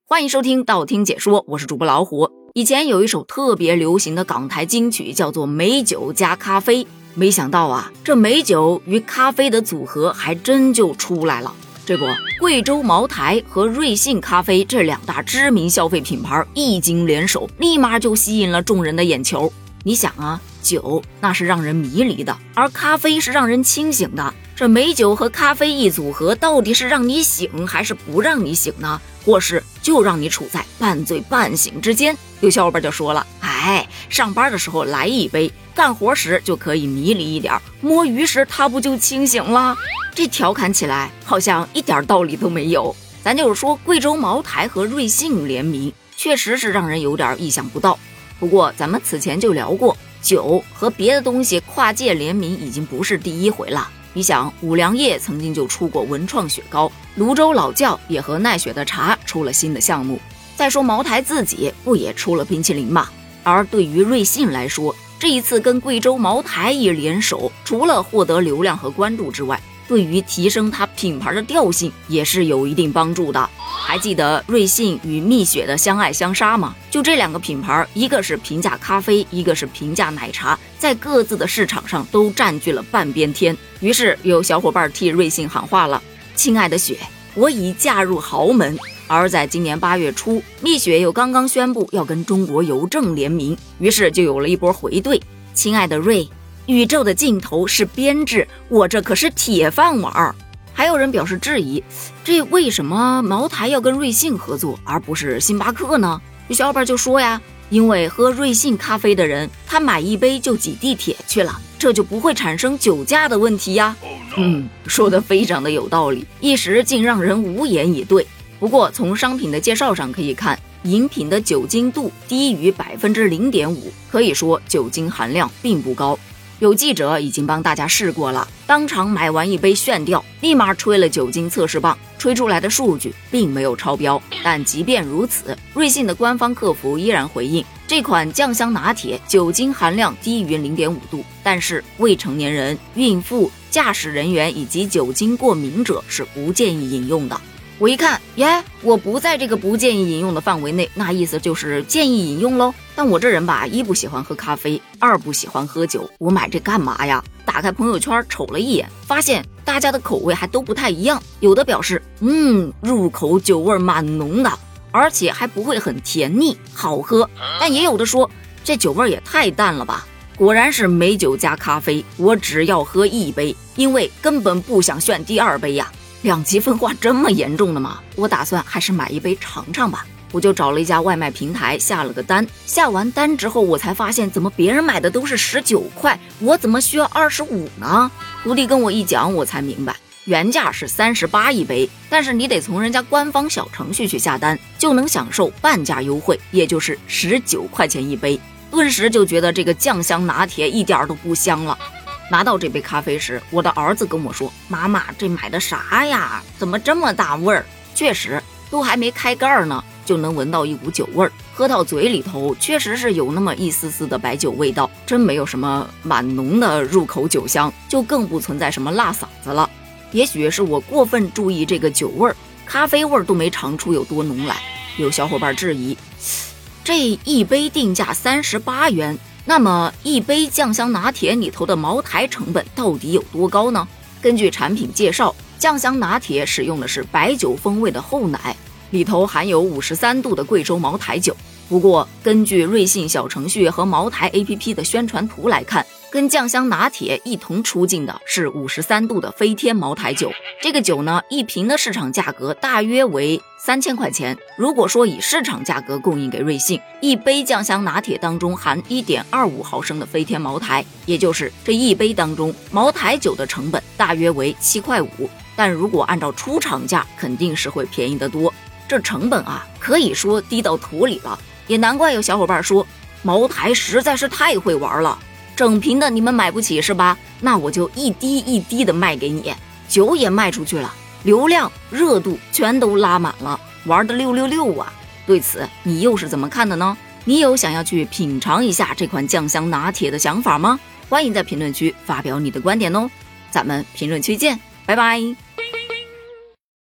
欢迎收听道听解说，我是主播老虎。以前有一首特别流行的港台金曲叫做美酒加咖啡，没想到啊，这美酒与咖啡的组合还真就出来了。这不，贵州茅台和瑞幸咖啡这两大知名消费品牌一经联手，立马就吸引了众人的眼球。你想啊，酒那是让人迷离的，而咖啡是让人清醒的。这美酒和咖啡一组合，到底是让你醒还是不让你醒呢？或是就让你处在半醉半醒之间？有小伙伴就说了，上班的时候来一杯，干活时就可以迷离一点，摸鱼时他不就清醒了？这调侃起来好像一点道理都没有。咱就是说，贵州茅台和瑞幸联名，确实是让人有点意想不到。不过咱们此前就聊过，酒和别的东西跨界联名已经不是第一回了。你想，五粮液曾经就出过文创雪糕，泸州老窖也和奈雪的茶出了新的项目。再说茅台自己不也出了冰淇淋吗？而对于瑞幸来说，这一次跟贵州茅台一联手，除了获得流量和关注之外，对于提升它品牌的调性也是有一定帮助的。还记得瑞幸与蜜雪的相爱相杀吗？就这两个品牌，一个是平价咖啡，一个是平价奶茶，在各自的市场上都占据了半边天。于是有小伙伴替瑞幸喊话了，亲爱的雪，我已嫁入豪门。而在今年8月初，蜜雪又刚刚宣布要跟中国邮政联名，于是就有了一波回怼，亲爱的瑞，宇宙的尽头是编制，我这可是铁饭碗。还有人表示质疑，这为什么茅台要跟瑞幸合作，而不是星巴克呢？有小伙伴就说呀，因为喝瑞幸咖啡的人，他买一杯就挤地铁去了，这就不会产生酒驾的问题呀。说得非常的有道理，一时竟让人无言以对。不过从商品的介绍上可以看，饮品的酒精度低于 0.5%， 可以说酒精含量并不高。有记者已经帮大家试过了，当场买完一杯炫掉，立马吹了酒精测试棒，吹出来的数据并没有超标。但即便如此，瑞幸的官方客服依然回应，这款酱香拿铁酒精含量低于 0.5 度，但是未成年人、孕妇、驾驶人员以及酒精过敏者是不建议饮用的。我一看，我不在这个不建议饮用的范围内，那意思就是建议饮用咯。但我这人吧，一不喜欢喝咖啡，二不喜欢喝酒，我买这干嘛呀？打开朋友圈瞅了一眼，发现大家的口味还都不太一样，有的表示入口酒味蛮浓的，而且还不会很甜腻，好喝。但也有的说这酒味也太淡了吧。果然是美酒加咖啡，我只要喝一杯，因为根本不想炫第二杯呀。两极分化这么严重的吗？我打算还是买一杯尝尝吧。我就找了一家外卖平台下了个单，下完单之后我才发现，怎么别人买的都是19块，我怎么需要25呢？徒弟跟我一讲，我才明白，原价是38一杯，但是你得从人家官方小程序去下单，就能享受半价优惠，也就是19块钱一杯。顿时就觉得这个酱香拿铁一点都不香了。拿到这杯咖啡时，我的儿子跟我说，妈妈，这买的啥呀？怎么这么大味儿？确实，都还没开盖呢，就能闻到一股酒味儿，喝到嘴里头确实是有那么一丝丝的白酒味道，真没有什么蛮浓的入口酒香，就更不存在什么辣嗓子了。也许是我过分注意这个酒味儿，咖啡味儿都没尝出有多浓来。有小伙伴质疑，这一杯定价38元，那么一杯酱香拿铁里头的茅台成本到底有多高呢？根据产品介绍，酱香拿铁使用的是白酒风味的厚奶，里头含有53度的贵州茅台酒。不过根据瑞幸小程序和茅台 APP 的宣传图来看，跟酱香拿铁一同出境的是53度的飞天茅台酒。这个酒呢，一瓶的市场价格大约为3000块钱。如果说以市场价格供应给瑞幸，一杯酱香拿铁当中含 1.25 毫升的飞天茅台，也就是这一杯当中茅台酒的成本大约为7块5，但如果按照出厂价肯定是会便宜得多。这成本啊，可以说低到土里了。也难怪有小伙伴说，茅台实在是太会玩了，整瓶的你们买不起是吧？那我就一滴一滴的卖给你，酒也卖出去了，流量热度全都拉满了，玩的666啊。对此你又是怎么看的呢？你有想要去品尝一下这款酱香拿铁的想法吗？欢迎在评论区发表你的观点哦，咱们评论区见，拜拜。